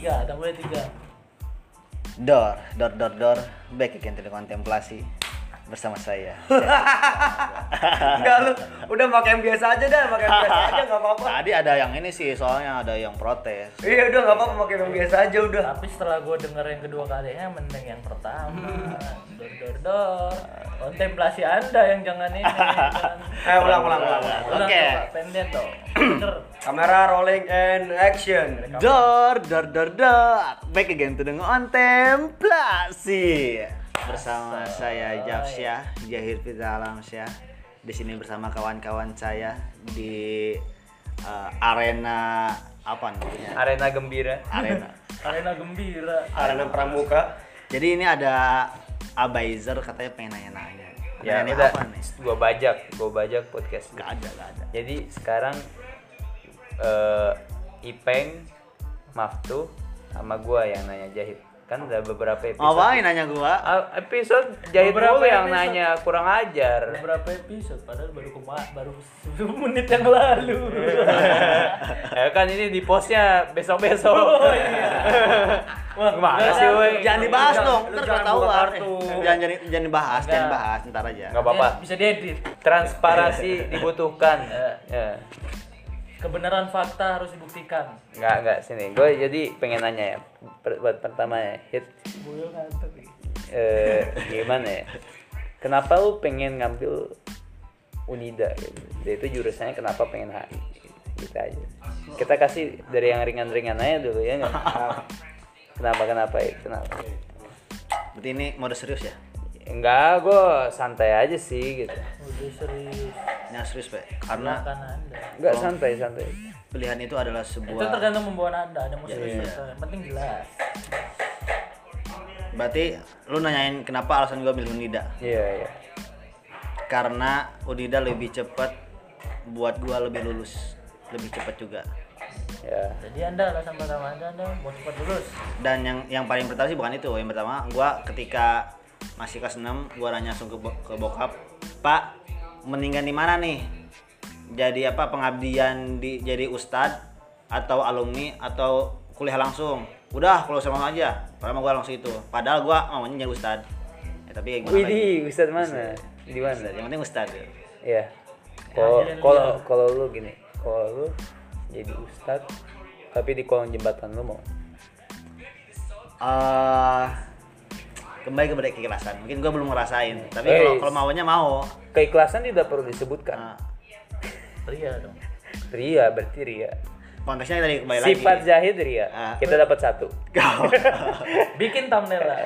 3. Dor, back again to the kontemplasi bersama saya. Enggak lu, udah pakai yang biasa aja dah, pakai yang biasa aja enggak apa-apa. Tadi ada yang ini sih, soalnya ada yang protes. Iya udah enggak apa-apa pakai yang biasa aja udah. Tapi setelah gue denger yang kedua kalinya mending yang pertama. Dor. Kontemplasi Anda yang jangan ini. Ayo ulang. Oke. Pendek toh. Bener. Kamera rolling and action. Dor, back again to the kontemplasi bersama saya Jafsyah, Jahir Fitza Alamsyah. Di sini bersama kawan-kawan saya di arena apa namanya? Arena gembira. Arena gembira. Arena pramuka. Jadi ini ada Abaizer katanya pengen nanya-nanya. Ya Nanya udah, apa nih? gua bajak podcast. Gak ada. Jadi sekarang Ipeng, Maftu, sama gua yang nanya Jahit. Kan udah beberapa episode. Ngapain nanya gua? Episode Jahit Beberapa dulu yang episode. nanya kurang ajar. Beberapa episode padahal baru 10 menit yang lalu. Ya kan ini di postnya besok-besok. Oh iya. Wah, Gimana sih, woi? Jangan dibahas dong, Lu ntar jangan ketahuan. buka kartu. Jangan dibahas, Enggak. ntar aja. Enggak apa-apa. Bisa diedit. Transparansi dibutuhkan. Ya. Kebenaran fakta harus dibuktikan. Enggak sini. Gue jadi pengen nanya ya. Buat pertama ya, Hit. Buyul ngantuk. Gimana ya? Kenapa lu pengen ngambil Unida gitu? Dia itu jurusannya kenapa pengen HI? Gitu aja. Kita kasih dari yang ringan-ringan aja dulu ya nggak? Kenapa ya? Kenapa? Berarti ini mode serius ya? Enggak, gue santai aja sih gitu. Udah serius. Yang serius, Pak. Karena Silakan Anda. Enggak santai. pilihan itu adalah Itu sebuah. tergantung pembawaan Anda. Ada mau serius Iya. atau yang penting jelas. Berarti lu nanyain kenapa alasan gua milih Unida? Iya. Karena Unida lebih cepat buat gua lebih lulus, lebih cepat juga. Ya. Jadi Anda alasan pertama Anda mau cepat lulus. Dan yang paling pertama sih bukan itu. Yang pertama, gua ketika masih kelas 6, gua nanya langsung ke bokap, "Pak, mendingan di mana nih? Jadi apa, pengabdian jadi ustad atau alumni atau kuliah langsung?" Udah, kalau sama aja. Pertama gua langsung itu. Padahal gua maunya jadi ustad. Ya, tapi kayak gimana lagi? Widih, Ustadz mana? Di mana? Ustad. Yang penting ustad. Iya. Kalau lu gini, kalau lu jadi ustadz tapi di kolong jembatan lu mau? Kembali kepada keikhlasan. Mungkin gua belum ngerasain. Tapi kalau maunya mau. Keikhlasan tidak perlu disebutkan. Nah, Ria dong. Ria berarti ria. konteksnya tadi kembali lagi. Sifat Zahid ria. Kita dapat 1. Bikin thumbnail lah.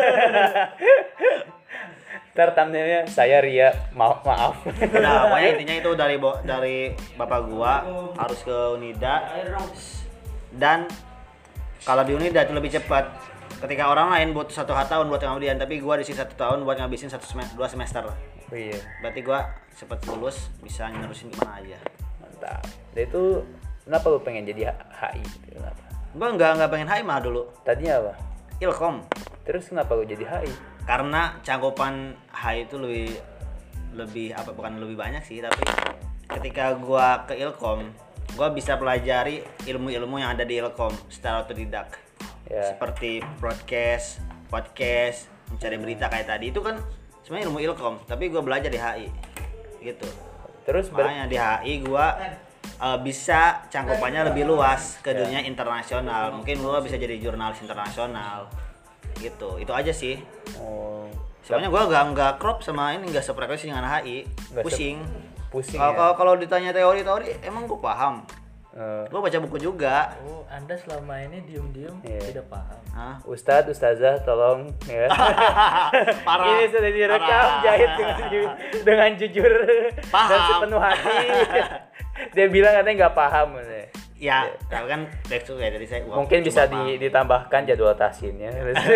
Ntar thumbnailnya saya ria, maaf. Nah, pokoknya intinya itu dari bapak gua harus ke Unida. Dan kalau di Unida itu lebih cepat. Ketika orang lain butuh 1 tahun buat pengabdian, tapi gua di sini 1 tahun buat ngabisin 2 semester. Oh iya, Berarti gua cepat lulus, bisa nerusin kemana aja. mantap. Dan itu kenapa lu pengen jadi HI? Kenapa? Gua nggak pengen HI mah dulu. Tadinya apa? Ilkom. Terus kenapa lu jadi HI? Karena cakupan HI itu lebih apa, bukan lebih banyak sih, tapi ketika gua ke Ilkom, gua bisa pelajari ilmu-ilmu yang ada di Ilkom secara otodidak. Ya. Seperti podcast, mencari berita kayak tadi itu kan sebenarnya ilmu Ilkom, tapi gua belajar di HI gitu. Terus Makanya di HI gua bisa cangkupannya lebih luas ke dunia internasional. Mungkin gua bisa jadi jurnalis internasional gitu. Itu aja sih. oh, Sebenarnya gua nggak crop sama ini, nggak sefrekuensi dengan HI. Nggak Pusing. pusing ya. Kalau ditanya teori emang gua paham. Gua baca buku juga. Oh, Anda selama ini diem-diem Iya. tidak paham. Hah? Ustadz, ustazah, tolong ya. Parah. Ini sudah direkam Parah. Jahit dengan jujur Paham. dan sepenuh hati. Dia bilang katanya nggak paham. Ya, tapi kan back to ya, jadi saya gua Mungkin cuma bisa paham. ditambahkan jadwal tahsinnya.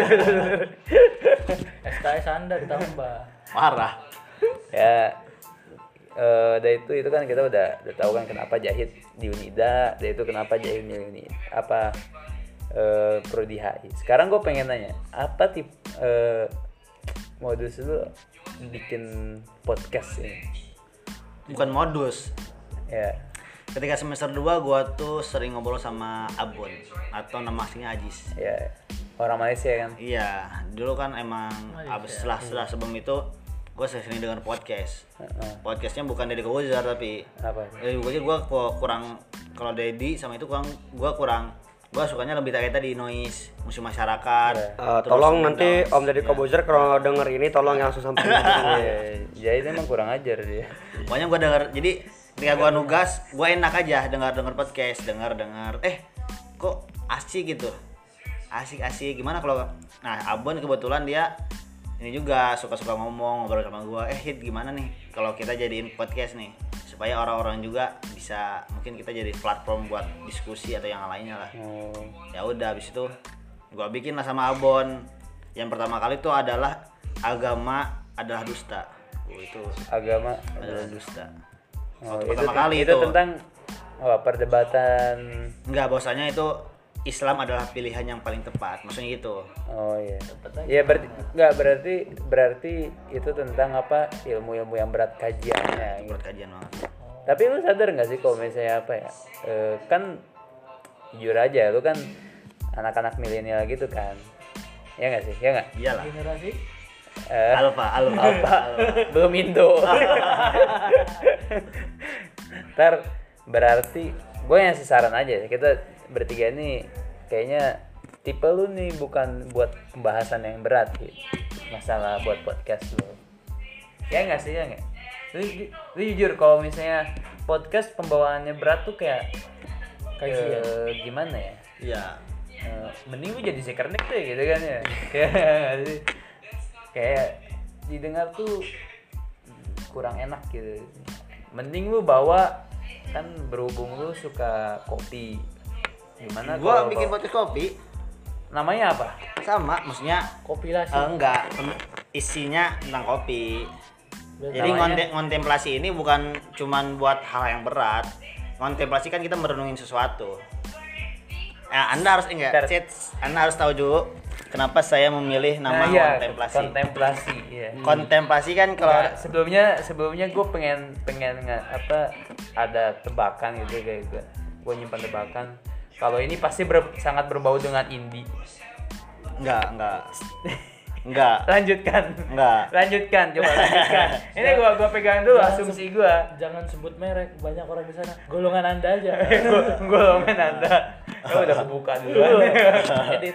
SKS Anda ditambah. Parah. Ya, dari itu kan kita udah tahu kan kenapa Jahit di Unida, dari itu kenapa Jahit di Unida, apa prodi HI. Sekarang gue pengen nanya, apa modus lu bikin podcast ini? Bukan modus. Ya, ketika semester 2 gua tuh sering ngobrol sama Abon atau nama aslinya Ajis. Ya, orang Malaysia kan. Iya, dulu kan emang setelah sebelum itu gue sering denger podcast. Podcastnya bukan Deddy Corbuzier tapi Apa? gue kurang, kalau Deddy sama itu gue sukanya lebih kayak tadi noise, musuh masyarakat. Tolong nanti Om Deddy Corbuzier kalau denger ini tolong langsung sampein. Jadi itu emang kurang ajar dia. Pokoknya gue denger, jadi ketika gue nugas, gue enak aja denger podcast, denger. Kok asik gitu, asik gimana kalau, nah Abon kebetulan dia ini juga suka ngobrol sama gue, Hit gimana nih kalau kita jadiin podcast nih supaya orang-orang juga bisa, mungkin kita jadi platform buat diskusi atau yang lainnya lah. Ya udah, habis itu gue bikin lah sama Abon. Yang pertama kali itu adalah agama adalah dusta. Itu Agama adalah dusta. Oh, Pertama kali itu tentang perdebatan. Enggak, bahwasanya itu Islam adalah pilihan yang paling tepat, maksudnya gitu. Oh iya. Iya berarti itu tentang apa, ilmu-ilmu yang berat kajiannya. Buat kajian banget. Tapi lu sadar nggak sih kalau misalnya apa ya? Kan jujur aja, lu kan anak-anak milenial gitu kan? Ya nggak sih? Ya nggak? Iyalah. Generasi Alpha. Belum Indo. Ntar berarti gue ngasih saran aja, kita bertiga ini kayaknya tipe lu nih bukan buat pembahasan yang berat gitu, masalah buat podcast lu. Ya nggak sih, ya nggak? Lu jujur kalau misalnya podcast pembawaannya berat tuh kayak gimana ya? Iya. Mending lu jadi sekernek tuh gitu kan ya. Kayak didengar tuh kurang enak gitu. Mending lu bawa, kan berhubung lu suka kopi, gimana Gua kalau bikin podcast kopi namanya apa? sama, maksudnya kompilasi. enggak, isinya tentang kopi. Jadi Namanya? kontemplasi ini bukan cuman buat hal yang berat. Kontemplasi kan kita merenungin sesuatu. Anda harus Anda harus tahu dulu kenapa saya memilih nama kontemplasi. Kontemplasi, iya. Kontemplasi kan kalau Nggak, sebelumnya gue pengen ada tebakan gitu, kayak gue nyimpan tebakan. Kalau ini pasti sangat berbau dengan indie. enggak. Lanjutkan, coba lanjutkan. Ini gua pegang dulu asumsi gua. Jangan sebut merek, banyak orang di sana. Golongan Anda aja. Golongan Anda. Oh, udah kebuka duluan. Edit.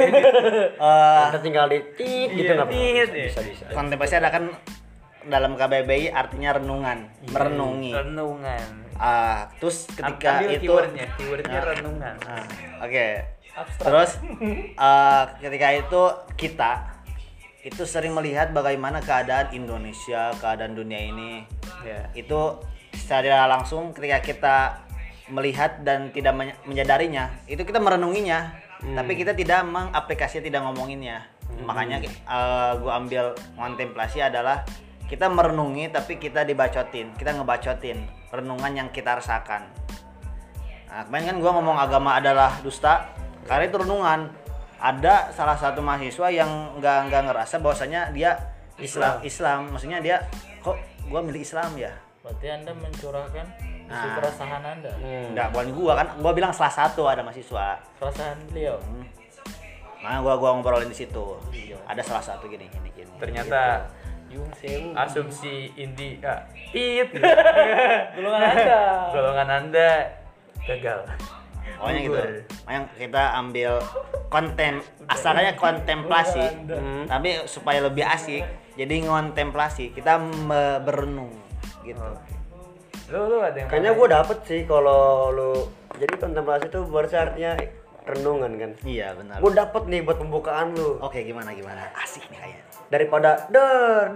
Kita tinggal di gitu nggak Bisa. kontemplasi ada kan dalam KBBI artinya renungan, merenungi. Renungan. Terus ketika Ambil itu keywordnya renungan. Oke. Abstrak. Terus ketika itu kita itu sering melihat bagaimana keadaan Indonesia, keadaan dunia ini. Ya. Itu secara langsung ketika kita melihat dan tidak menyadarinya, itu kita merenunginya, tapi kita tidak mengaplikasinya, tidak ngomonginnya. Makanya gue ambil kontemplasi adalah kita merenungi tapi kita ngebacotin renungan yang kita rasakan. Nah, kemarin kan gue ngomong agama adalah dusta karena itu renungan. Ada salah satu mahasiswa yang nggak ngerasa bahwasanya dia Islam, maksudnya dia kok gue milih Islam ya. Berarti Anda mencurahkan isi keresahan Anda. Enggak, bukan gua kan, gua bilang salah satu ada mahasiswa. Keresahan beliau. Nah, gua ngobrolin di situ. Ada salah satu gini. Ternyata Yung Sewu. asumsi golongan Anda gagal. Pokoknya gitu. Makanya kita ambil asalnya kontemplasi, tapi supaya lebih asik, jadi ngontemplasi, kita berenung gitu. Lu ada yang Kayaknya gue dapet sih kalau lu, jadi kontemplasi itu berarti artinya renungan kan. Iya, benar. Gue dapet nih buat pembukaan lu. Oke, gimana? Asik nih kayaknya. Daripada der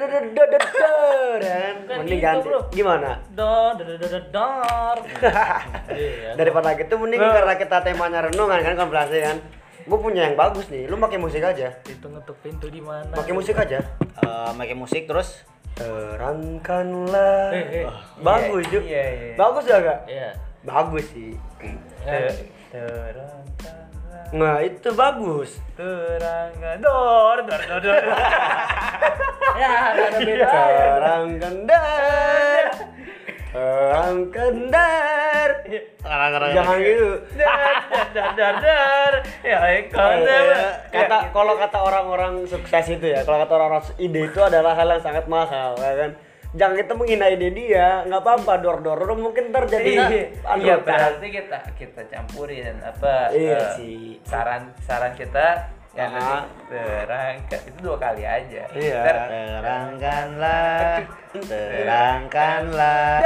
kan, Kan mending gitu, ganti. bro. Gimana? Dar. Iya. Daripada gitu mending karena kita temanya renungan kan, kontemplasi kan. Gue punya yang bagus nih, lu pakai musik aja. Itu ngetuk pintu di mana? Pakai musik aja. Pakai musik terus Terangkanlah. Bagus Iya, Juk. iya. Bagus ya gak? Iya. Bagus sih. terangkan Nah itu bagus. terangkan dor. Ya, ada beda. Terangkan dan terangkan dan set. Jangan gitu. Dar. Ya, Kalau kata orang-orang sukses itu ya, kalau kata orang-orang ide itu adalah hal yang sangat mahal, ya kan? Jangan kita menghina ide dia, nggak apa-apa, dor mungkin ntar jadi Iya, berarti kita campurin apa Iya sih. saran kita yang nanti terangkat itu 2 kali aja. Iya. Terangkanlah.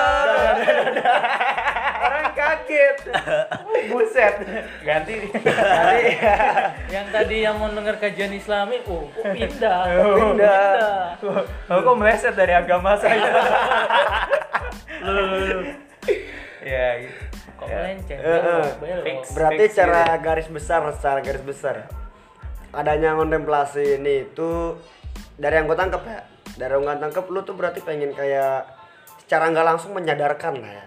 Orang kaget. Buset. Ganti. yang tadi yang mau denger kajian Islami, kok pindah. Kok meleset dari agama saya? Ya, gitu. Kok Ya. melenceng? Fix. Berarti Fix secara garis besar adanya kontemplasi ini itu dari yang gue tangkep ya, dari yang gue tangkep lu tuh berarti pengen kayak secara nggak langsung menyadarkan lah ya.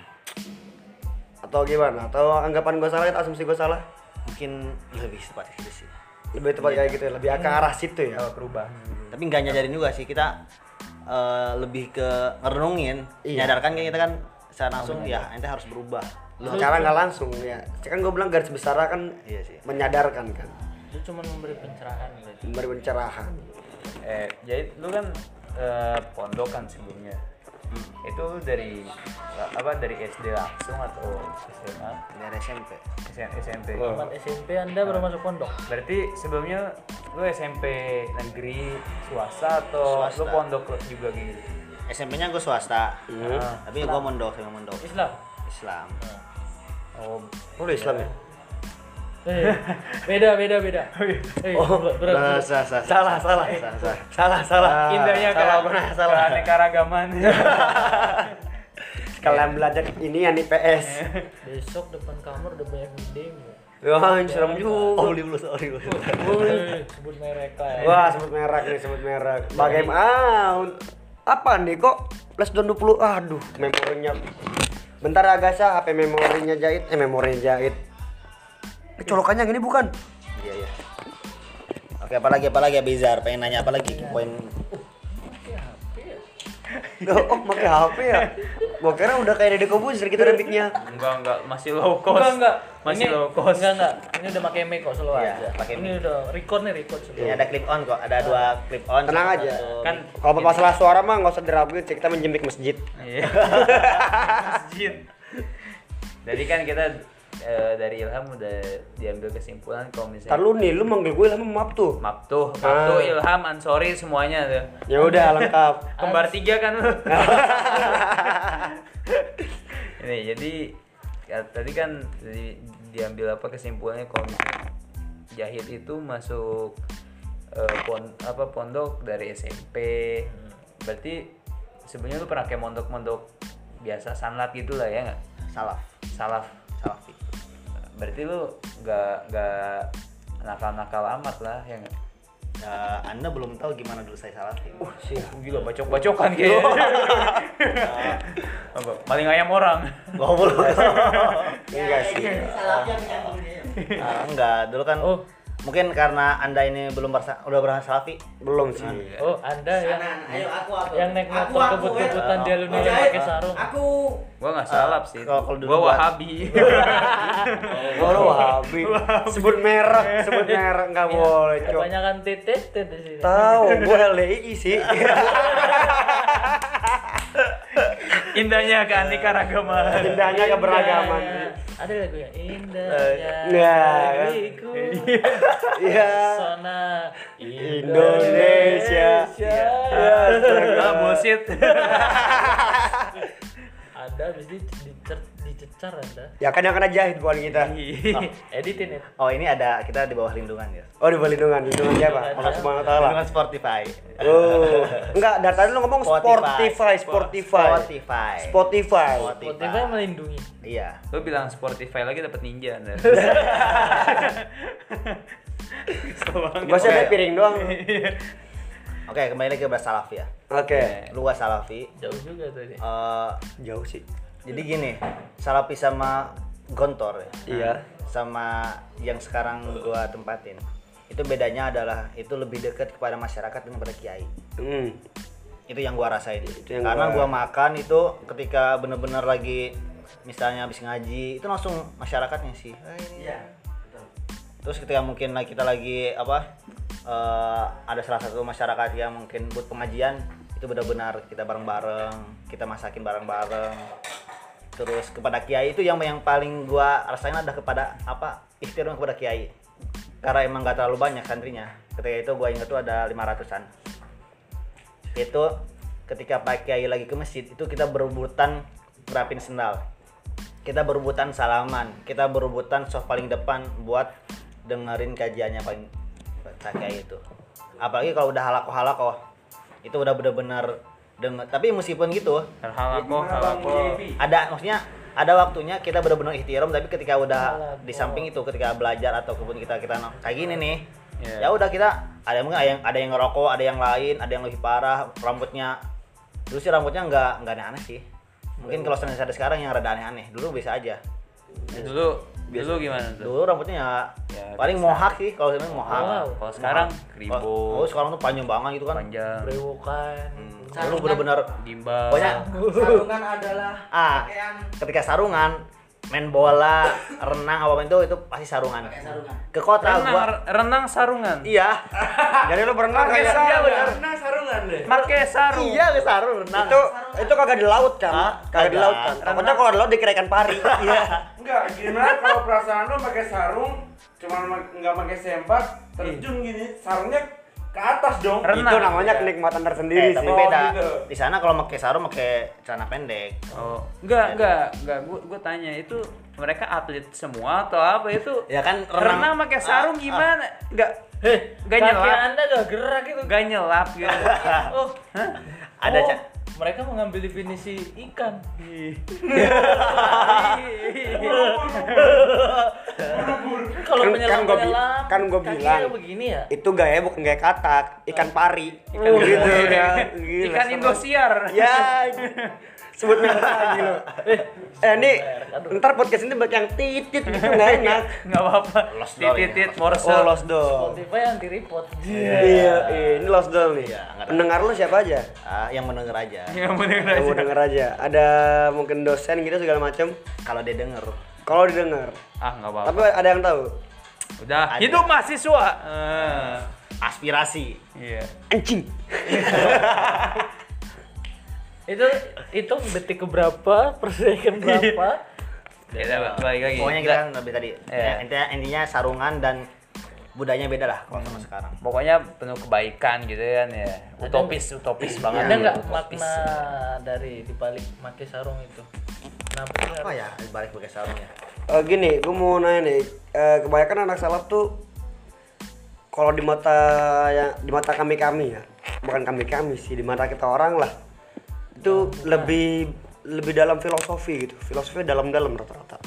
Atau gimana? Atau anggapan gue salah atau asumsi gue salah? Mungkin lebih tepat gitu sih. Lebih tepat kayak gitu ya, lebih ke arah situ ya. Perubahan. Tapi nggak nyadarin juga sih, kita lebih ke ngerenungin, Iya. nyadarkan kayak kita kan secara langsung ya ente harus berubah. Secara nggak langsung ya. Kan gue bilang garis besar kan Iya sih. menyadarkan kan, Itu cuma memberi pencerahan gitu. memberi pencerahan. Jadi lu kan pondok kan sebelumnya. Itu dari SD langsung atau SMA? Dari SMP. SMP. Tamat SMP Anda baru masuk pondok. Berarti sebelumnya lu SMP negeri swasta atau Swasta. lu pondok juga gitu? SMP-nya gue swasta. Ah. Tapi gue mondok sama mondok Islam. Islam. Oh, Udah Islam ya? Beda. Berat. Salah. indahnya keanekaragaman. Kalian belajar ini yang IPS. Besok depan kamar udah banyak demo. Wah, serem juga. Sorry. Sebut merek lah. Wah, sebut merek. Bagaimana? Apa nih kok plus 20? Aduh, memorinya. Bentar ya guys ya, HP memorinya jahit. Colokannya gini bukan? Iya. Oke, apalagi ya Bizar? Pengen nanya apa lagi? Poin Oh, pakai HP ya? Gua kira udah kayak Deddy Kobuzer kita remiknya. Enggak, masih low cost. Enggak. Masih Ini- low cost. Enggak. Ini udah pakai mic kok slow Iya, aja. pakai Ini udah record slow. ini ada clip on kok, ada 2 clip on. Tenang aja. Kan Kalau masalah suara mah nggak usah diraguin, sih, kita menjemik masjid. iya. Masjid. Jadi kan kita dari Ilham udah diambil kesimpulan kalau misalnya Ntar lu nih, lu manggil gue Ilham maaf tuh. Maptuh, Ah. Ilham, Ansori semuanya tuh. Ya udah lengkap. Kembar 3 kan lu. Ini jadi tadi kan diambil kesimpulannya kalau misalnya Jahid itu masuk pondok dari SMP. Berarti sebenarnya lu pernah kayak mondok biasa sanlat gitu lah ya nggak? Salafi. Berarti lu nggak nakal amat lah ya nggak? Anda belum tahu gimana dulu saya salafi. Gila bacok-bacokan kayak. Apa? Maling ayam orang. Goblok. Enggak sih. Enggak, dulu kan mungkin karena Anda ini belum udah berasa salafi. Belum sih. Oh, Anda yang Aku. yang naik motor kebut-kebutan dia lu nih yang pakai sarung. Gua nggak salap sih. Kalau dulu Gua gua- Wahabi. Oh, lu Wahabi. Sebut merek enggak boleh, Cok. Kebanyakan titit di sini. Tahu, gue LDI sih. Indahnya keanekaragaman. Indahnya keberagaman. Ada lagunya indahnya. Nah, negeriku. Iya. Sana Indonesia. Ah, bullshit. Ada habis dicecar Anda. Ya kan yang kena jahit bukan kita. Editin ya. Oh, ini ada kita di bawah lindungan ya. Oh, di bawah lindungan siapa? Allah Subhanahu wa taala. Lindungan Spotify. Oh, enggak, dari tadi lu ngomong Spotify. Spotify. Spotify melindungi. Iya. Lu bilang Spotify lagi dapat ninja Anda. Gua sih ada piring doang. Oke, kembali lagi ke bahas salafi ya. Oke. Lu gua salafi. Jauh juga tadi. Jauh sih. Jadi gini, salafi sama gontor ya. Iya. Sama yang sekarang gua tempatin. Itu bedanya adalah itu lebih dekat kepada masyarakat daripada kiai. Hmm. Itu yang gua rasain. yang Karena gua- gua makan itu ketika bener-bener lagi misalnya habis ngaji itu langsung masyarakatnya sih. Iya. Terus ketika mungkin kita lagi ada salah satu masyarakat yang mungkin buat pengajian, itu benar-benar kita bareng-bareng, kita masakin bareng-bareng. Terus kepada kiai itu yang paling gua rasain adalah kepada ikhtiar kepada kiai. Karena emang gak terlalu banyak santrinya. Ketika itu gua ingat tuh ada 500-an. Itu ketika Pak Kiai lagi ke masjid itu kita berebutan ngerapin sendal. Kita berebutan salaman, kita berebutan soft paling depan buat dengerin kajiannya Pak Kiai itu. Apalagi kalau udah halakoh itu udah bener-bener denger. Tapi meskipun gitu Halakoh. maksudnya ada waktunya kita benar-benar ihtiram, tapi ketika udah di samping itu ketika belajar ataupun kita kayak gini nih, ya udah kita ada yang ngerokok, ada yang lain, ada yang lebih parah rambutnya. Dulu sih rambutnya nggak aneh-aneh sih. Mungkin kalau ada sekarang yang rada aneh-aneh. Dulu bisa aja. Dulu gimana tuh? Dulu rambutnya Ya, paling biasa. mohak sih kalau sebenarnya mohak. Kalau sekarang kribo, Sekarang tuh panjang banget gitu kan. panjang, Brewokan. Dulu bener-bener gimbal. banyak. Sarungan adalah pakaian Ketika sarungan main bola, renang apapun itu pasti sarungan. Ke kota gua renang sarungan. iya. jadi lu berenang Pakai kayak sarungan. Renang sarungan deh. Pakai sarung. Iya, ke sarung renang. itu kagak di laut kan? Hah? Kagak di laut kan? Takutnya kalau di laut dikira ikan pari. Iya. Enggak, gimana kalau perasaan lu pakai sarung cuman enggak pakai sempak, terjun gini, sarungnya ke atas dong. Renang. Itu namanya kenikmatan tersendiri tapi sih. beda. gitu. Di sana kalau pakai sarung pakai celana pendek. Oh, enggak. Gua tanya itu mereka atlet semua atau apa itu? Ya kan renang pakai sarung gimana? Enggak. Enggak Kaki nyelap. Anda gak gerak itu. Enggak nyelap gitu. Oh, Ada, Cak. mereka mengambil definisi ikan. Kalau Kan penyelamannya lama, kan gua kakinya bilang. begini ya. Itu gaya bukan gaya katak, ikan pari. Gitu ya. Gila, Ikan serem. Indosiar. Ya. Sebut merek lagi lo. Ini ntar podcast ini banyak yang titit gitu nggak enak. Enggak apa-apa. Lost door Titit Oh, morsel. lost door. Spotify anti report. Iya, ini lost door nih. Iya, nggak ada. Pendengar lu siapa aja? Yang mendengar aja. Yang bener Yang mau denger aja. Ada mungkin dosen gitu segala macam. Kalau dia denger. Kalau didengar. Ah, enggak apa-apa. Tapi ada yang tahu. Udah, Ada. hidup mahasiswa. Aspirasi. Iya. Anjing. Itu detik keberapa, persekan berapa? Kita balik lagi. Pokoknya kita kan lebih tadi. Iya. Intinya sarungan dan budayanya beda lah kalau sama sekarang. Pokoknya penuh kebaikan gitu kan ya. Utopis banget. Ada nggak Utopis. makna dari dibalik pakai sarung itu? Kenapa sih Apa harus- ya balik pakai sarung ya? Gini, gue mau nanya nih. Kebanyakan anak salaf tuh kalau di mata kami ya, bukan kami sih, di mata kita orang lah. Itu lebih dalam filosofi gitu. Filosofi dalam-dalam rata-rata.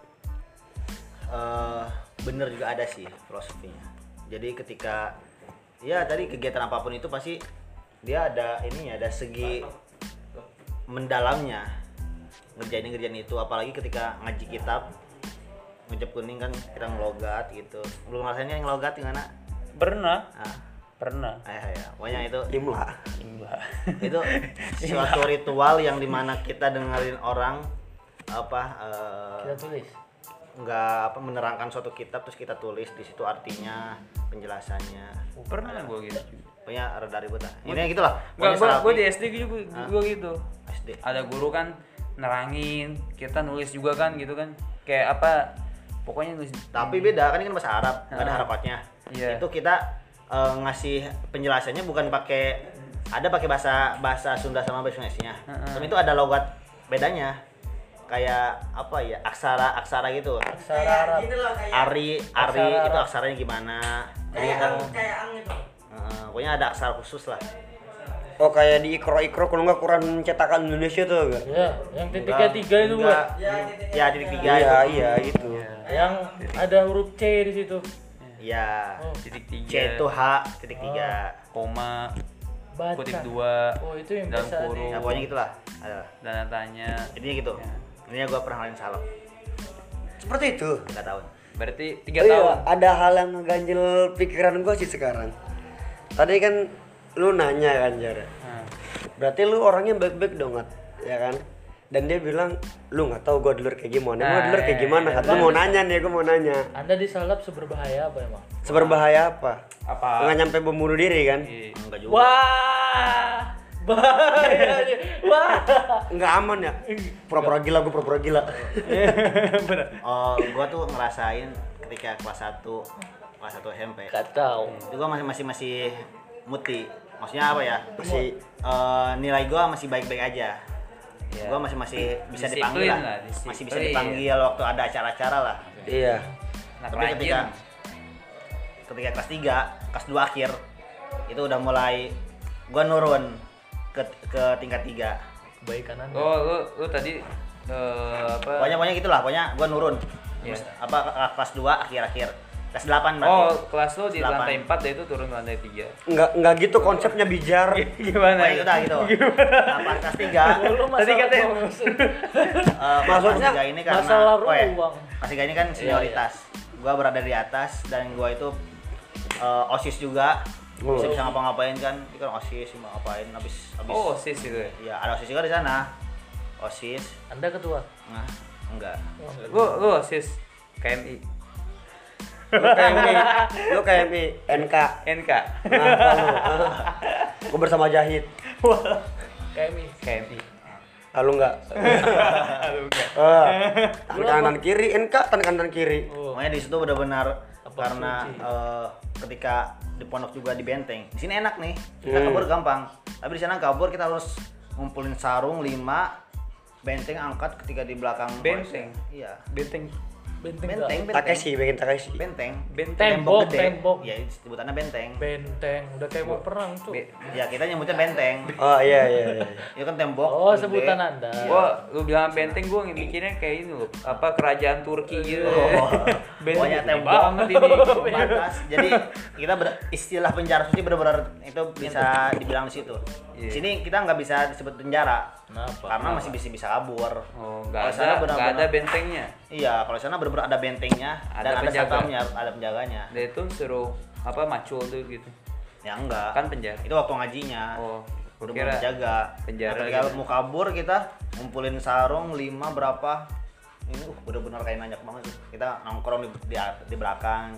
Bener juga ada sih filosofinya. Jadi ketika ya tadi kegiatan apapun itu pasti dia ada ininya, ada segi mendalamnya ngerjain itu, apalagi ketika ngaji kitab ngejep kuning kan kita ngelogat gitu. Belum ngerasainnya ngelogat gimana? Pernah. Ah, Pernah. ya. Pokoknya itu Imla. itu suatu ritual yang dimana kita dengerin orang Kita tulis. nggak menerangkan suatu kitab terus kita tulis di situ artinya, penjelasannya. Pernah gua gitu. Pokoknya rada ribet lah. Ini gitu lah. Enggak, Pokoknya gua salafi. di SD gua gitu. SD. Ada guru kan nerangin, kita nulis juga kan gitu kan. Kayak apa? Pokoknya nulis. Tapi beda kan ini kan bahasa Arab, nggak ada harakatnya. Iya. Itu kita ngasih penjelasannya bukan pakai bahasa Sunda sama bahasa Indonesianya. Tapi itu ada logat bedanya. Kayak apa ya? Aksara gitu. Aksara Arab. Ari Aksara itu Arab. aksaranya gimana? Jadi kan pokoknya ada aksara khusus lah. Oh, kayak di ikro kalau nggak Quran cetakan Indonesia tuh enggak? Ya, yang titiknya 3 itu buat. Enggak. Ya titik 3 Iya, itu. iya itu. Yang ada huruf C di situ. Ya. Oh, titik C 3, itu H titik 3. koma, baca. kutip 2, Oh, itu yang dalam biasa di- kurung, Ya pokoknya gitulah. Ada. tanda tanya. Intinya gitu. Ini gua pernah ngalamin salaf Seperti itu. 3 tahun. Berarti Oh 3 iya, tahun. ada hal yang ngeganjel pikiran gua sih sekarang. Tadi kan lu nanya kan, Jar. Nah, Berarti lu orangnya baik-baik dong, Gat. Ya kan? Dan dia bilang, lu nggak tahu gue dulur kayak gimana. Gue Nah, dulur kayak gimana? Gue mau nanya nih, gue mau nanya. Anda disalap seberbahaya apa emang? Seberbahaya apa? Apa? Nggak nyampe membunuh diri kan? Enggak juga. Wah, bahaya nih. Wah. Nggak aman ya? Pura-pura gila, gue pura-pura gila. Oh, gua tuh ngerasain ketika kelas 1 SMP. Kacau. Itu gua masih muti. Maksudnya apa ya? Masih Nilai gua masih baik-baik aja. Ya. Gua masih bisa Disiplin dipanggil lah. lah, Masih bisa disiplin. dipanggil waktu ada acara-acara lah. iya. Anak Tapi rajin. ketika kelas 3, kelas 2 akhir itu udah mulai gua nurun ke tingkat 3. Kebaikan Anda. Oh, lu tadi apa? Pokoknya gitulah, pokoknya gua nurun. Iya. Kelas 2 akhir-akhir. Kelas 8 berarti. Oh, kelas lu di Delapan. lantai 4 dia itu turun ke lantai 3. Nggak gitu konsepnya bijar. Gimana? Pokoknya udah gitu. Nah, pas kelas 3 Lu Tadi katanya Maksudnya, kelas 3 ini karena masalah oh ya, ruang. kelas 3 ini kan senioritas. Gua berada di atas dan gua itu OSIS juga. Bisa ngapa-ngapain kan. Itu kan OSIS mau ngapain habis Oh, sis itu. Ya? Iya, ada OSIS juga di sana. OSIS. Anda ketua. Nah, enggak. Lu sis KMI. Lu KMI, NK. NK. Gue bersama Jahit. KMI. KMI. Lalu nggak? Tangan kanan kiri, NK tangan kanan kiri. Pokoknya di situ benar-benar Apa karena suci? ketika di pondok juga di benteng. Di sini enak nih. Kita kabur gampang. Tapi di sana kabur kita harus ngumpulin sarung 5 benteng angkat ketika di belakang Benteng? Iya. Benteng. Benteng. Takeshi, bikin Takeshi. Benteng. Tembok, tembok. Ya, sebutannya benteng. Benteng. Udah kayak mau perang tuh. Ya, kita nyebutnya benteng. Oh iya. Itu kan tembok. Oh, gede. sebutan Anda. Wah, lu bilang benteng, gua mikirnya kayak ini loh, apa kerajaan Turki gitu. Oh. Benteng Pokoknya gede tembok banget ini. batas. Jadi kita istilah penjara suci benar-benar itu bisa dibilang di situ. Di Iya. sini kita nggak bisa disebut penjara. Kenapa? Karena masih bisa kabur. Oh, Kalau nggak sana ada benar-benar- bentengnya. Iya, kalau di sana benar-benar ada bentengnya Ada dan ada penjaga. satpamnya, ada penjaganya. Dia itu suruh apa macul tuh gitu. Ya enggak. Kan penjara. Itu waktu ngajinya. Oh, Udah kira menjaga. penjara Ketika gitu. mau kabur kita ngumpulin sarung 5 berapa? Ini bener-bener kayak banyak banget tuh. Kita nongkrong di belakang.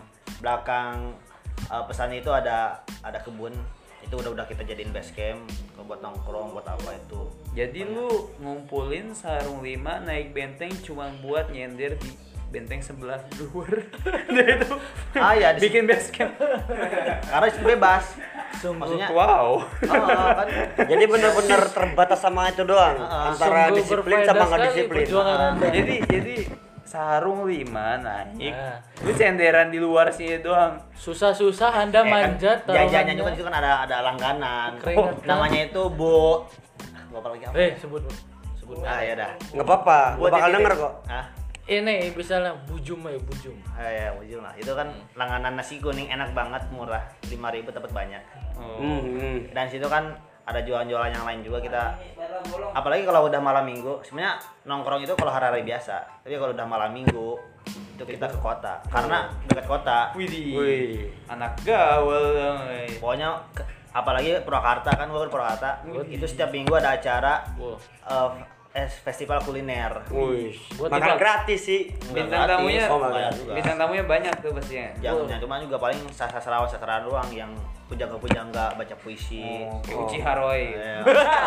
Pesan itu ada kebun. Itu udah kita jadiin base camp buat nongkrong buat apa itu. Jadi lu ngumpulin sarung 5 naik benteng cuma buat nyender di benteng sebelah luar. Dia itu Iya, di bikin base camp. karena itu bebas. Maksudnya Wow. kan Jadi benar-benar terbatas sama itu doang. Antara Sungguh disiplin berfaedah sama nggak sekali disiplin. perjuangan Anda. jadi sarung 5 naik. Nah. Lu cenderan di luar sini doang. Susah-susah Anda manjat kan, jajannya taruhannya. juga di situ kan ada langganan. Keringetan. Namanya itu Bu. Gua apa lagi apa? Sebut Ah ya dah. Nggak apa-apa, gue bakal titik- denger kok. Ah, Ini misalnya bujum ya bujum. ya ujung lah. Itu kan langganan nasi kuning enak banget, murah. 5.000 dapat banyak. Oh. Dan situ kan ada jualan-jualan yang lain juga kita. Apalagi kalau udah malam minggu. Sebenarnya nongkrong itu kalau hari-hari biasa. Tapi kalau udah malam minggu itu kita ke kota. Karena dekat kota. Widih. Wih. Anak gaul dong. Pokoknya apalagi Purwakarta kan, gua kan Purwakarta. Itu setiap minggu ada acara Wow. festival kuliner. Wih. Buat Makan tiba- gratis sih. Bintang Gratis. tamunya, Oh, nggak Bayar gratis. juga. bintang tamunya banyak tuh pastinya. Yang cuma juga paling sastrawan doang yang pujangga baca puisi. Kayak Uci Haroy. Ya.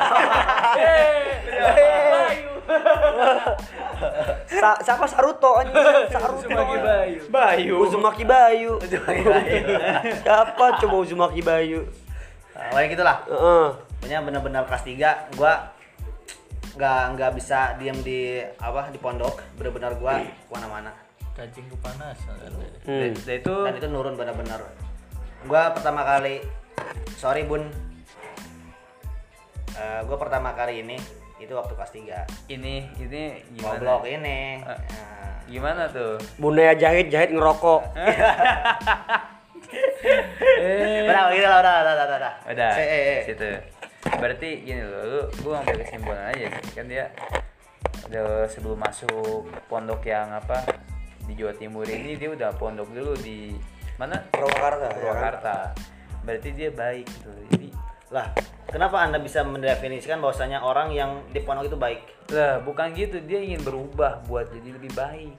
Siapa Saruto anjing? Saruto. Bayu. Uzumaki Bayu. Siapa coba Uzumaki Bayu? Nah, kayak gitulah. Heeh. Pokoknya benar-benar kelas 3 gua nggak bisa diam di pondok, benar-benar gua kemana-mana. Cacing kepanasan. Hmm. Dan itu Dan itu nurun benar-benar. Gua pertama kali, sorry Bun, gua pertama kali ini itu waktu kelas 3 ini gimana? goblok ini. Ah. Nah, Gimana tuh? Bunda jahit ngerokok. udah gitu lah, udah. Udah. Situ. Situ. Berarti gini loh, gua ngambil kesimpulan aja sih. Kan dia sebelum masuk pondok yang apa di Jawa Timur ini dia udah pondok dulu di mana? Purwakarta. Purwakarta. Berarti dia baik gitu. Jadi Lah, Kenapa Anda bisa mendefinisikan bahwasanya orang yang di pondok itu baik? Lah, bukan gitu, dia ingin berubah buat jadi lebih baik.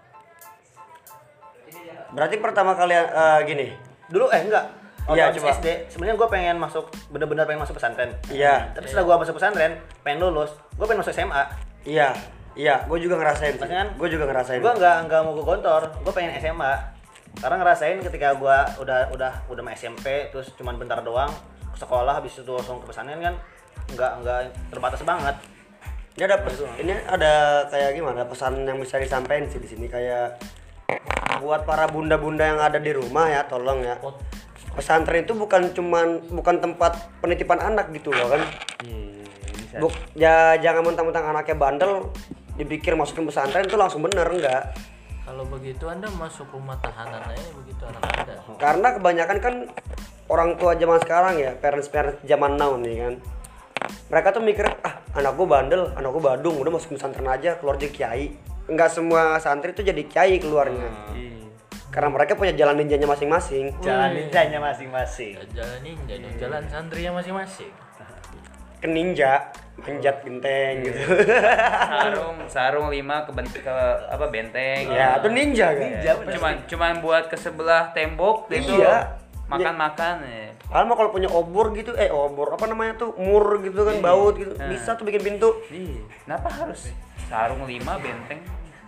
Berarti pertama kali gini. Dulu enggak. Iya, Waktu coba. SD, sebenarnya gue pengen masuk, bener-bener pengen masuk pesantren. Iya. Tapi setelah gue masuk pesantren, pengen lulus, gue pengen masuk SMA. Iya, gue juga ngerasain. Maksudnya kan, Gue juga ngerasain. Gue nggak mau ke kantor, gue pengen SMA. Karena ngerasain ketika gue udah mau SMP, terus cuman bentar doang ke sekolah, habis itu langsung ke pesantren kan, nggak terbatas banget. Ini ada kayak gimana pesan yang bisa disampaikan sih di sini kayak buat para bunda-bunda yang ada di rumah ya, tolong ya. Pesantren itu bukan tempat penitipan anak gitu loh kan. Bisa. Jangan mentang-mentang anaknya bandel dipikir masukin pesantren itu langsung bener, enggak. Kalau begitu Anda masuk rumah tahanan aja begitu anak Anda. Karena kebanyakan kan orang tua zaman sekarang ya, parents zaman now nih kan. Mereka tuh mikir, anak gua bandel, anak gua badung, udah masuk pesantren aja, keluar jadi kiai. Enggak semua santri tuh jadi kiai keluarnya. Karena mereka punya jalan ninjanya masing-masing. Jalan ninjanya masing-masing. Jalan ninja dong, jalan santrinya masing-masing. Ke ninja, manjat genteng gitu. sarung 5 ke apa benteng. Ya, itu ninja kan. Ninja bener. Cuman buat ke sebelah tembok itu Iya. makan ya. Kalau mau kalau punya obor gitu, obor apa namanya tuh, mur gitu kan, baut gitu, bisa tuh bikin pintu. Iya. Kenapa harus sarung 5 benteng?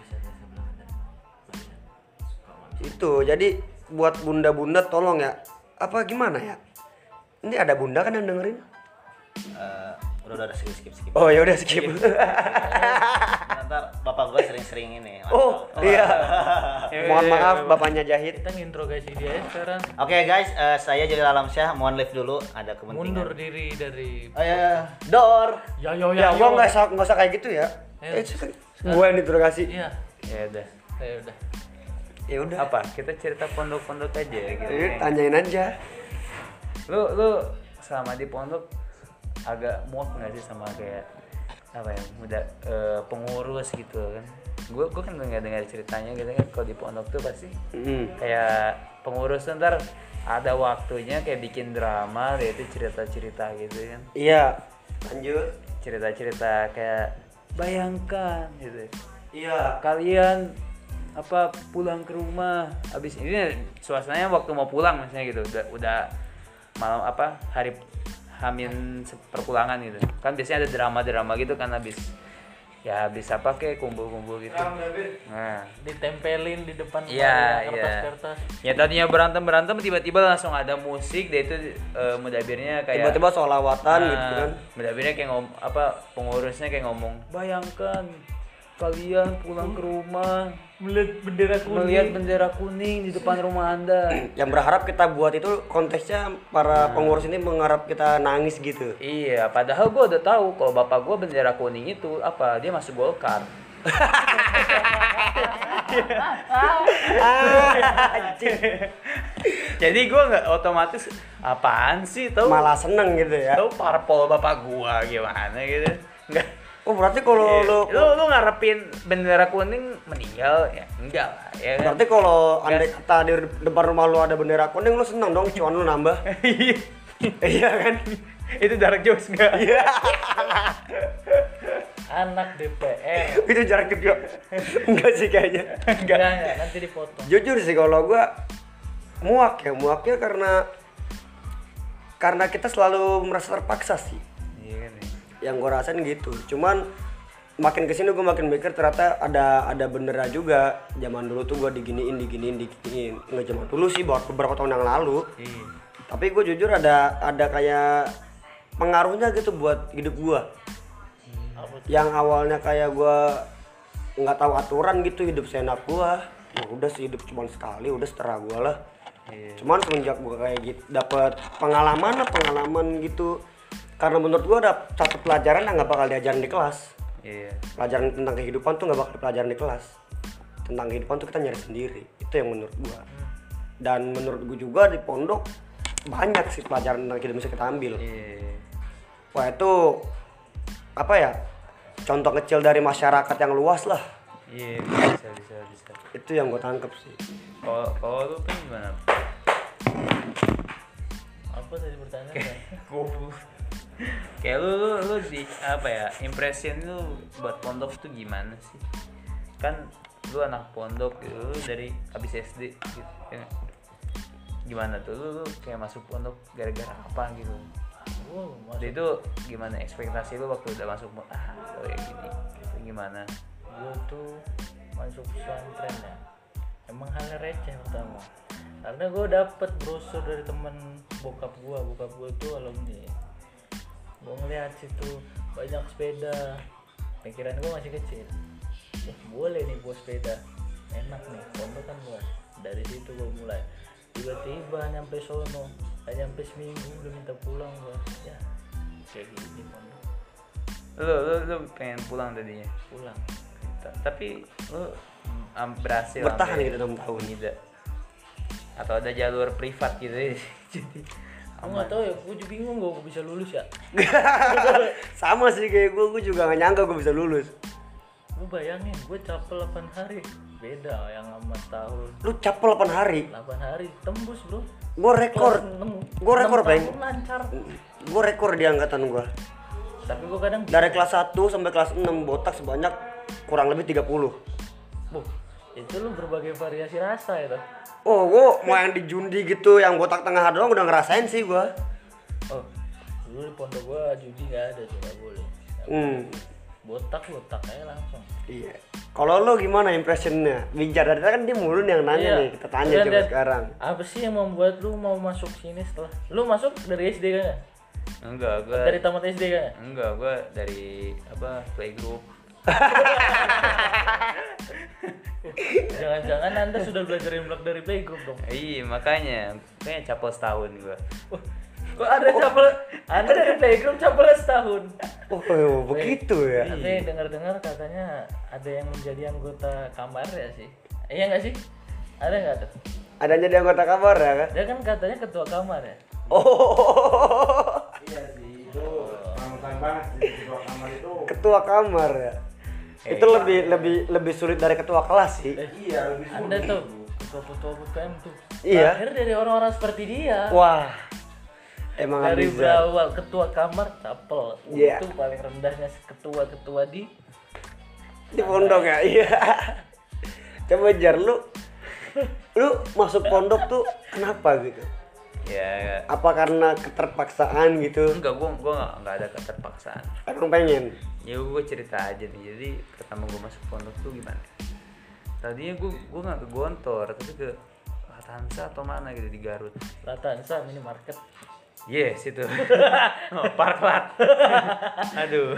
Itu, jadi buat bunda-bunda tolong ya, apa gimana ya? Ini ada bunda kan yang dengerin? Udah skip. Oh ya udah skip. Ntar bapak gue sering-sering ini. Oh iya. Mohon maaf bapaknya Jahit. Kita nginterogasi dia ya sekarang. Oke guys, saya Jalil Alamsyah, mohon live dulu, ada kepentingan. Mundur diri dari. Oh ya, door. Ya Ya gua nggak usah kayak gitu ya. Ayo. Gua yang interogasi. Iya. Ya udah. Ya udah. Ya udah. Apa? Kita cerita pondok-pondok aja gitu. Tanyain aja. Lu selama di pondok agak muak nggak sih sama kayak apa ya pengurus gitu kan? Gue kan dengar ceritanya gitu kan, kalau di pondok tuh pasti kayak pengurus tuh ntar ada waktunya kayak bikin drama, itu cerita-cerita gitu kan? Iya. Lanjut. Cerita-cerita kayak bayangkan gitu. Iya. Kalian apa pulang ke rumah habis ini suasananya waktu mau pulang misalnya gitu, udah malam apa hari Hamin perpulangan gitu kan, biasanya ada drama gitu kan, habis apa kayak kumpul gitu. Nah Ditempelin di depan iya kertas-kertas. ya tadinya berantem tiba-tiba langsung ada musik, dia itu mudabirnya kayak Tiba-tiba sholawatan gitu kan. mudabirnya kayak pengurusnya kayak ngomong, bayangkan kalian pulang ke rumah melihat bendera kuning di depan rumah Anda. Yang berharap kita buat itu konteksnya para pengurus ini mengharap kita nangis gitu. Iya, padahal gue udah tahu kalau bapak gue bendera kuning itu apa, dia masuk Golkar. Jadi gue nggak otomatis apaan sih, tahu Malah seneng gitu ya. tahu parpol bapak gue gimana gitu. Enggak. Oh berarti kalau lu ngarepin bendera kuning meninggal ya enggak lah ya kan? berarti kalau andai kata di depan rumah lu ada bendera kuning lu seneng dong, cuan lu nambah. Iya kan? Itu dark jokes enggak? Iya. Anak DPR. Itu jarak juga. Enggak sih kayaknya. Enggak, nanti dipotong. Jujur sih kalau gua muaknya karena kita selalu merasa terpaksa sih. Iya kan. Yang gue rasain gitu. Cuman makin kesini gue makin mikir ternyata ada benernya juga. Zaman dulu tuh gue diginiin. Nggak zaman dulu sih, beberapa tahun yang lalu. Tapi gue jujur ada kayak pengaruhnya gitu buat hidup gue. Yang awalnya kayak gue nggak tahu aturan gitu, hidup seenak gue. Ya udah sih, hidup cuma sekali, udah seterah gue lah. Cuman semenjak gue kayak gitu dapat pengalaman gitu. Karena menurut gua ada satu pelajaran yang nggak bakal diajarin di kelas. Iya. Pelajaran tentang kehidupan tuh nggak bakal dipelajarin di kelas. Tentang kehidupan tuh kita nyari sendiri. Itu yang menurut gua. Dan menurut gua juga di pondok banyak sih pelajaran tentang kehidupan bisa kita ambil. Iya. Wah itu apa ya? Contoh kecil dari masyarakat yang luas lah. Iya, bisa. Itu yang gua tangkep sih. Kalau lu gimana? Apa tadi pertanyaannya? Goblok. Kayak lu di apa ya, impression lu buat pondok tuh gimana sih? Kan lu anak pondok gitu, lu dari habis SD gitu ya. Gimana tuh lu kayak masuk pondok gara-gara apa gitu? Dia itu gimana ekspektasi lu waktu udah masuk kayak gini? Itu gimana? Gue tuh masuk pesantren ya, emang halnya receh pertama, karena gue dapet brosur dari temen bokap gue tuh alumni. Gue ngeliat situ banyak sepeda, pikiran gue masih kecil, boleh nih buat sepeda, enak nih, pondok kan gue. Dari situ gue mulai, tiba-tiba nyampe sono, gak nyampe seminggu udah minta pulang gue. Ya kayak gini pondok. Lu pengen pulang tadinya? Pulang. Tapi lu berhasil Bertahan sampai gitu 6 tahun. Tidak. Atau ada jalur privat gitu ya. Jadi Gue gak tau ya, gue juga bingung gue bisa lulus ya. Sama sih kayak gue juga gak nyangka gue bisa lulus. Gue bayangin, gue capel 8 hari, beda yang sama tahun. Lu capel 8 hari. 8 hari tembus bro. Gue rekor. Gue rekor, Bang. Lancar. Gue rekor di angkatan gue. Tapi gue kadang Dari kelas 1 sampai kelas 6 botak sebanyak kurang lebih 30. Bu, itu lu berbagai variasi rasa ya toh. Oh, gue mau yang di Jundi gitu, yang botak tengah doang udah ngerasain sih gue. Oh, dulu di pondok gue judi nggak ada tuh, nggak boleh. Botak aja langsung. Iya. Kalau lo gimana impressionnya? Bicara dari tadi kan dia mulu nih yang nanya Iya. nih, kita tanya Dan- coba dan sekarang. Apa sih yang membuat lu mau masuk sini setelah lu masuk dari SD kan? enggak, gua Dari tamat SD kan? enggak, gua dari apa playgroup. Jangan-jangan anda sudah belajar imlek dari playgroup dong? Iya, makanya capel setahun gua. Kok ada capel? Anda dari playgroup capel setahun? Oh, begitu ya. Tapi dengar-dengar katanya ada yang menjadi anggota kamar ya sih? Iya nggak sih? Ada nggak tuh? Adanya di anggota kamar ya kan? Dia kan katanya ketua kamar ya? Oh, Iya sih, itu rambutan banget sih ketua kamar itu. ketua kamar ya. Itu lebih sulit dari ketua kelas sih. Iya, lebih Anda sulit. tuh ketua UKM tuh. Iya. Lahir dari orang-orang seperti dia. Wah, emang Dari Abizar. berawal ketua kamar capel. Iya. Itu paling rendahnya ketua-ketua di Pondok ya, iya. Coba Jar, lu masuk pondok tuh kenapa gitu? Ya, Apa karena keterpaksaan gitu? enggak, gua enggak ada keterpaksaan. Emang pengen? Ya gue cerita aja nih. Jadi pertama gue masuk pondok tuh gimana? Tadinya gue nggak ke Gontor, tapi ke Latansa atau mana gitu di Garut. Latansa minimarket. Yes itu. Oh, Parklat. Aduh.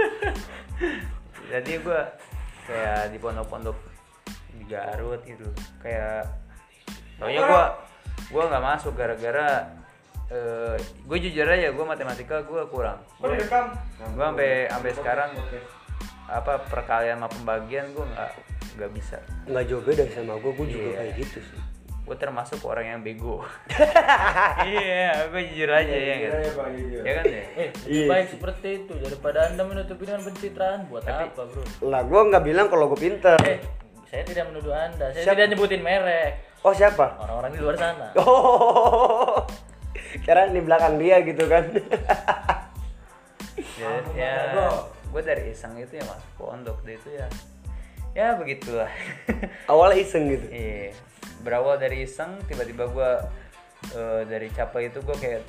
Jadi gue kayak di pondok-pondok di Garut gitu. Kayak taunya gue nggak masuk gara-gara gue jujur aja, gue matematika gue kurang. Gue sampai sekarang apa perkalian sama pembagian gue nggak bisa. Nggak jauh beda sama gue juga Iya. kayak gitu sih. Gue termasuk orang yang bego. Iya, gue jujur aja ya kan. Ya kan ya. Lebih baik seperti itu daripada anda menutupi dengan pencitraan. Buat apa bro? Lah gue nggak bilang kalau gue pinter. Saya tidak menuduh anda. Saya Siap. tidak nyebutin merek. Oh siapa? Orang-orang di luar sana. Oh, kira di belakang dia gitu kan? Ya, gue dari iseng itu ya masuk pondok deh itu ya begitulah. Awalnya iseng gitu. Iya, berawal dari iseng, tiba-tiba gue dari capek itu gue kayak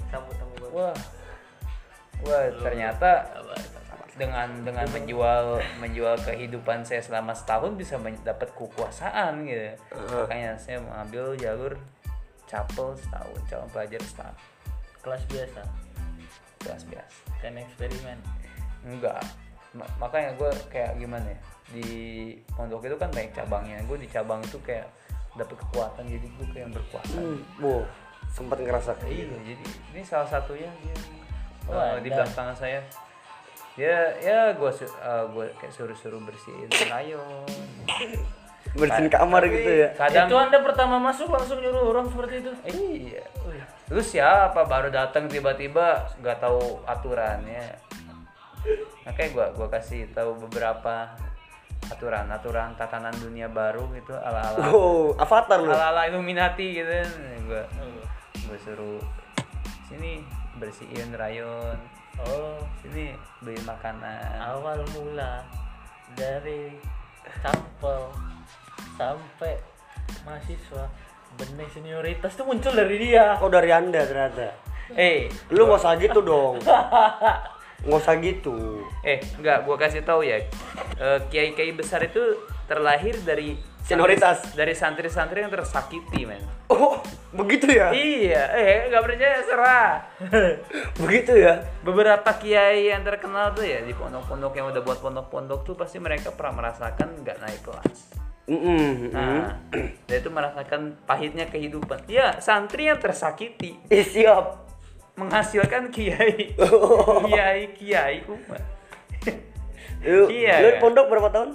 wah ternyata dengan menjual kehidupan saya selama setahun bisa dapat kekuasaan gitu. Makanya saya mengambil jalur capel setahun, calon pelajar setahun, Kelas biasa. kelas biasa. Kan eksperimen. Enggak, makanya gue kayak gimana ya, di pondok itu kan banyak cabangnya. Gue di cabang itu kayak dapet kekuatan, jadi gue kayak berkuasa. Wow, sempat ngerasa kayak Iya, gitu. jadi ini salah satunya dia Wah, di dan- belakang saya. Ya gue kayak suruh bersihin rayon. Bersihin kamar Tapi gitu ya. Itu Kadang anda pertama masuk langsung nyuruh orang seperti itu? iya. Lu siapa baru datang tiba-tiba nggak tahu aturannya. Makanya gua kasih tahu beberapa aturan tatanan dunia baru gitu ala-ala Oh, avatar lu. ala-ala Illuminati gitu. Gua suruh sini bersihin rayon, Oh, Sini beli makanan. awal mula dari sampel sampai mahasiswa, benih senioritas tuh muncul dari dia. Oh dari anda ternyata. Lu Lu nggak usah gitu dong. Nggak usah gitu. enggak, gua kasih tahu ya. Kiai-kiai besar itu terlahir dari Senioritas. dari santri-santri yang tersakiti, men. Oh begitu ya? Iya, enggak percaya serah. Begitu ya? Beberapa kiai yang terkenal tuh ya di pondok-pondok yang udah buat pondok-pondok tuh pasti mereka pernah merasakan nggak naik kelas. Nah, dia itu merasakan pahitnya kehidupan. Ya, santri yang tersakiti Siap. menghasilkan kiai, kiai umat. Lu, Iya, lu kan? pondok berapa tahun?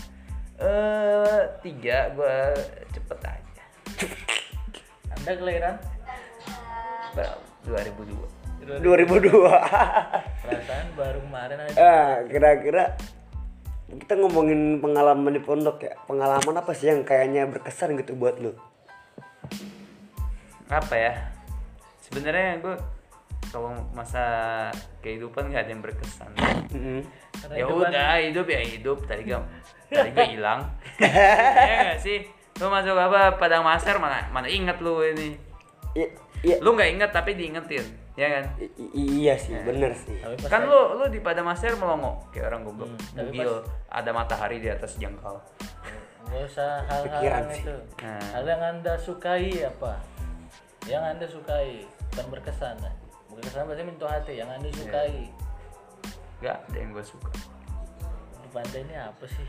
3, gua cepet aja. Anda kelahiran 2002. 2002. perasaan baru kemarin aja. Kira-kira kita ngomongin pengalaman di pondok ya. Pengalaman apa sih yang kayaknya berkesan gitu buat lu? Apa ya? Sebenarnya gue kalau masa kehidupan gak ada yang berkesan. Karena Ya hidupan- udah, hidup tadi gak hilang. Ya gak sih? Lu masuk apa Padang Maser mana inget lu ini. Iya, Lu nggak inget tapi diingetin, ya kan? iya sih, bener sih. tapi pas Kan lu di Padang Maser melongo kayak orang goblok. tapi Bugil, ada matahari di atas jengkal. nggak usah hal-hal Pikiran yang sih. itu. Nah. Hal yang anda sukai apa? Yang anda sukai, bukan berkesan. Berkesan berarti menyentuh hati. Yang anda sukai Gak ada yang gue suka. di pantai ini apa sih?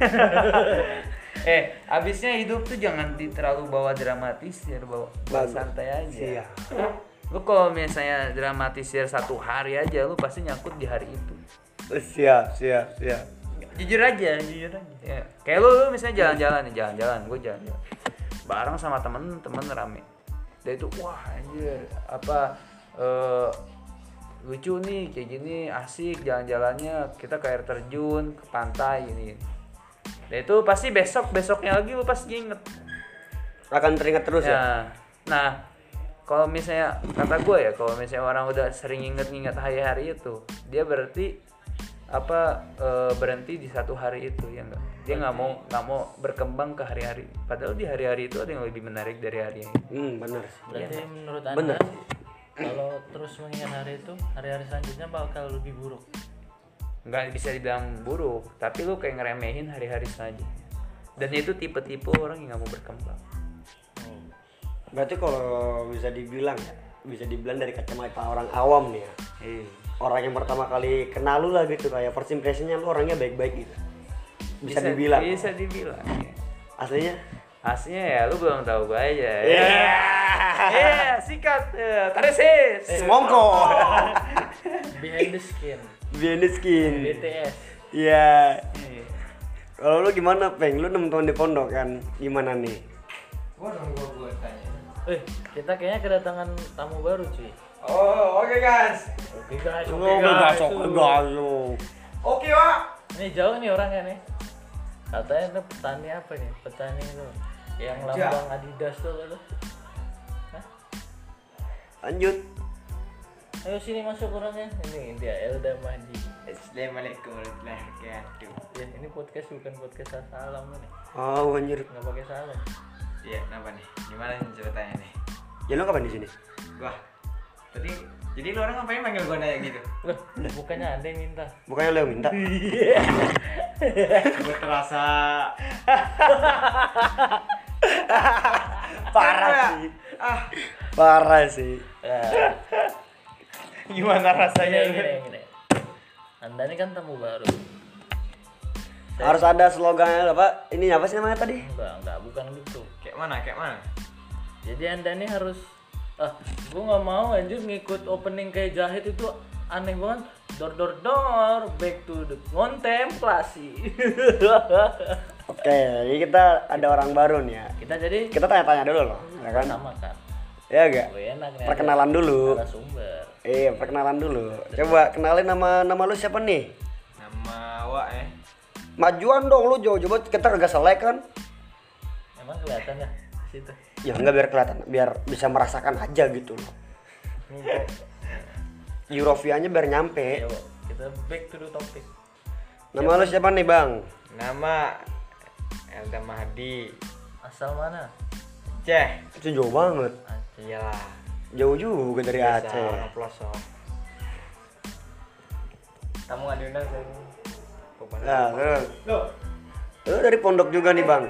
Abisnya hidup tuh jangan terlalu bawa dramatisir, bawa santai aja. Iya. Lu kalau misalnya dramatisir 1 hari aja, lu pasti nyangkut di hari itu. Siap. Jujur aja. Ya. Kayak lu misalnya jalan-jalan, gue jalan-jalan bareng sama temen rame. Dia itu wah anjir, apa lucu nih kayak gini, asik jalan-jalannya, kita ke air terjun, ke pantai ini. Dia itu pasti besoknya lagi lu pasti inget. Akan teringat terus ya? Ya. Nah, kalau misalnya kata gue ya, kalau misalnya orang udah sering inget-inget hari-hari itu, dia berarti berhenti di 1 hari itu, ya enggak? Dia nggak mau berkembang ke hari-hari. Padahal di hari-hari itu ada yang lebih menarik dari hari ini. Bener sih. Berarti menurut Bener anda sih. kalau terus mengingat hari itu, hari-hari selanjutnya bakal lebih buruk. Nggak bisa dibilang buruk, tapi lu kayak ngeremehin hari-hari selanjutnya. Dan itu tipe-tipe orang yang nggak mau berkembang. Berarti kalau bisa dibilang dari kacamata orang awam nih ya. Orang yang pertama kali kenal lu lah gitu, kayak first impressionnya lu orangnya baik-baik gitu. Bisa dibilang. Bisa dibilang. Ya. Aslinya Ya lu belum tahu gue aja. Sikat. Taresis. semongko. Behind the skin, Behind the skin. BTS. Iya. Kalau lu gimana, Peng? Lu 6 tahun di pondok kan? Gimana nih? Gua tanya. Kita kayaknya kedatangan tamu baru cuy. Oh, oke guys. Oke guys, Oke, Pak. Ini jauh nih orangnya nih. Katanya itu petani apa nih? Petani itu yang lambang Adidas tuh lo. Lanjut. Ayo sini masuk orangnya. Ini dia Elda Mahdi. Assalamualaikum warahmatullahi wabarakatuh. Ya ini podcast bukan podcast salam nih. Oh, anjir. Nggak pakai salam. Iya, kenapa nih? Gimana nih ceritanya nih? Ya lu kapan di sini? Gua tadi jadi lu orang ngapain manggil gua nanya gitu? Loh, bukannya Anda yang minta. Bukannya lu yang minta? Gua terasa Parah sih. Parah sih. Gimana rasanya? Gini. Anda ini kan tamu baru. Harus ada slogannya apa? Ini apa sih namanya tadi? Enggak, bukan gitu. kayak mana? Jadi Anda ini harus gue nggak mau anjir ngikut opening kayak Jahit itu aneh banget. Dor, back to the kontemplasi. Oke, jadi kita ada orang baru nih ya. Kita tanya-tanya dulu loh, ya kan? Sama kan. Ya enggak? Gue enak nih. Perkenalan dulu. Sumber. Perkenalan dulu. Coba kenalin nama lu siapa nih? Nama Wak Majuan dong lu jauh-jauh banget, kita kagak selek kan? Emang kelihatan ya di situ. Ya enggak biar kelihatan, biar bisa merasakan aja gitu loh. Eurovianya biar nyampe. Yo, kita back to the topic. Nama lu siapa nih, Bang? Nama Elda Mahdi. Asal mana? Ceh. Itu jauh banget. Aceh. Iyalah. Jauh juga dari Biasa, Aceh. orang pelosok. Kamu nggak diundang sih? Nah, lu dari pondok juga nih, Bang.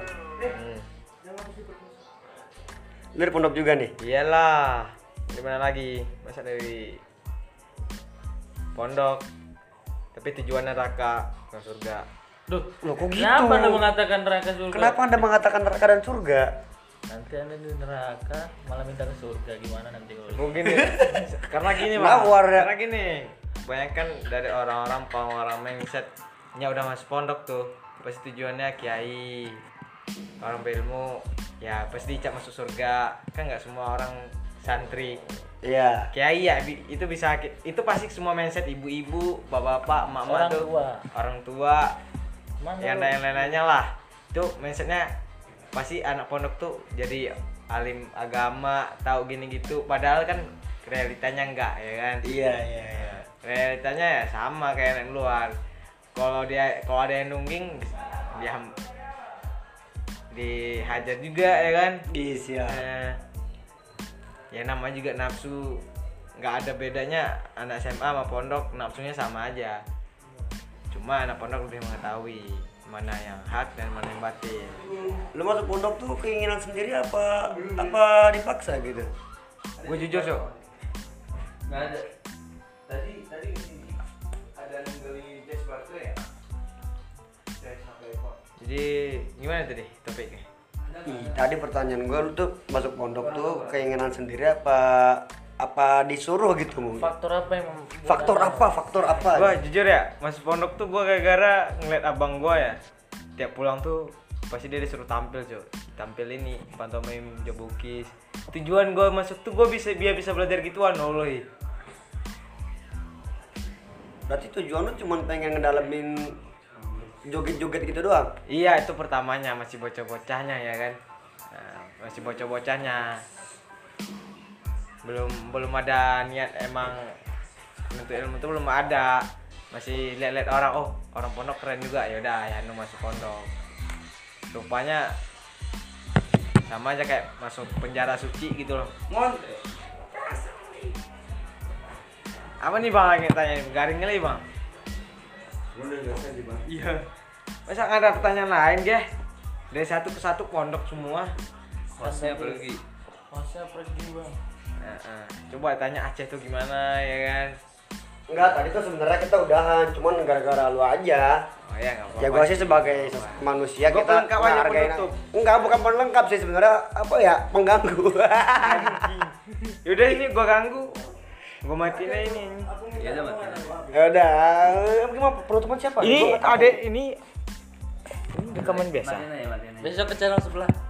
Lu dari pondok juga nih. Iyalah. Gimana lagi? Masa dari pondok. Tapi tujuannya neraka, bukan surga. Duh, Loh, kok gitu? kenapa Anda mengatakan neraka surga? Kenapa Anda mengatakan neraka dan surga? Nanti Anda di neraka malah minta ke surga gimana nanti kalau Mungkin karena gini Nawar ya. karena gini banyak kan dari orang-orang orang mindsetnya udah masuk pondok tuh pasti tujuannya kiai orang berilmu ya pasti dicap masuk surga kan nggak semua orang santri Iya. kiai ya itu bisa itu pasti semua mindset ibu-ibu bapak-bapak emak-emak Orang tuh tua. orang tua Mana yang lu? lain-lainnya lah itu mindsetnya pasti anak pondok tuh jadi alim agama tahu gini gitu padahal kan realitanya enggak ya kan Iya. realitanya ya sama kayak yang luar kalau ada yang nungging dia dihajar juga ya kan Iya. Ya namanya juga nafsu nggak ada bedanya anak SMA sama pondok nafsunya sama aja cuma anak pondok lebih mengetahui mana yang hak dan mana yang batin. Lu masuk pondok tuh keinginan sendiri apa dipaksa gitu? Gue jujur so Nggak ada. Tadi kesini ada nungguin jazz baterai ya. Jazz sampai iPhone. jadi gimana tadi topiknya Tadi pertanyaan gua, lu tuh masuk pondok tuh keinginan sendiri apa disuruh gitu mungkin? faktor apa yang membuat Faktor apa? gue jujur ya masuk pondok tuh gue gara-gara ngeliat abang gue ya tiap pulang tuh pasti dia disuruh tampil cuy tampil ini pantomim jabukis tujuan gue masuk tuh gue biar bisa belajar gituan Allah. Berarti tujuan lu cuma pengen ngedalamin joget-joget gitu doang? Iya itu pertamanya masih bocah-bocahnya ya kan nah, masih bocah-bocahnya belum ada niat emang untuk ilmu itu belum ada masih lihat-lihat orang orang pondok keren juga ya udah ya masuk pondok rupanya sama aja kayak masuk penjara suci gitu loh apa nih bang lagi tanya garingnya lagi bang iya masa nggak ada pertanyaan lain geh dari satu ke satu pondok semua Hostnya pergi. Hostnya pergi bang. Coba tanya Aceh tuh gimana ya kan Enggak, tadi tuh sebenarnya kita udahan, cuman gara-gara lu aja. oh ya nggak apa-apa Ya gua sih sebagai manusia Gua kita pelengkap aja menghargai. penutup. Enggak, bukan pelengkap sih sebenarnya apa ya? Pengganggu. yaudah ini gua ganggu gua matiin aja ini Ya udah mati. Ya udah, gimana penutupan siapa? ini Gua nggak tahu. ada ini rekaman biasa Matiin aja. Besok ke channel sebelah.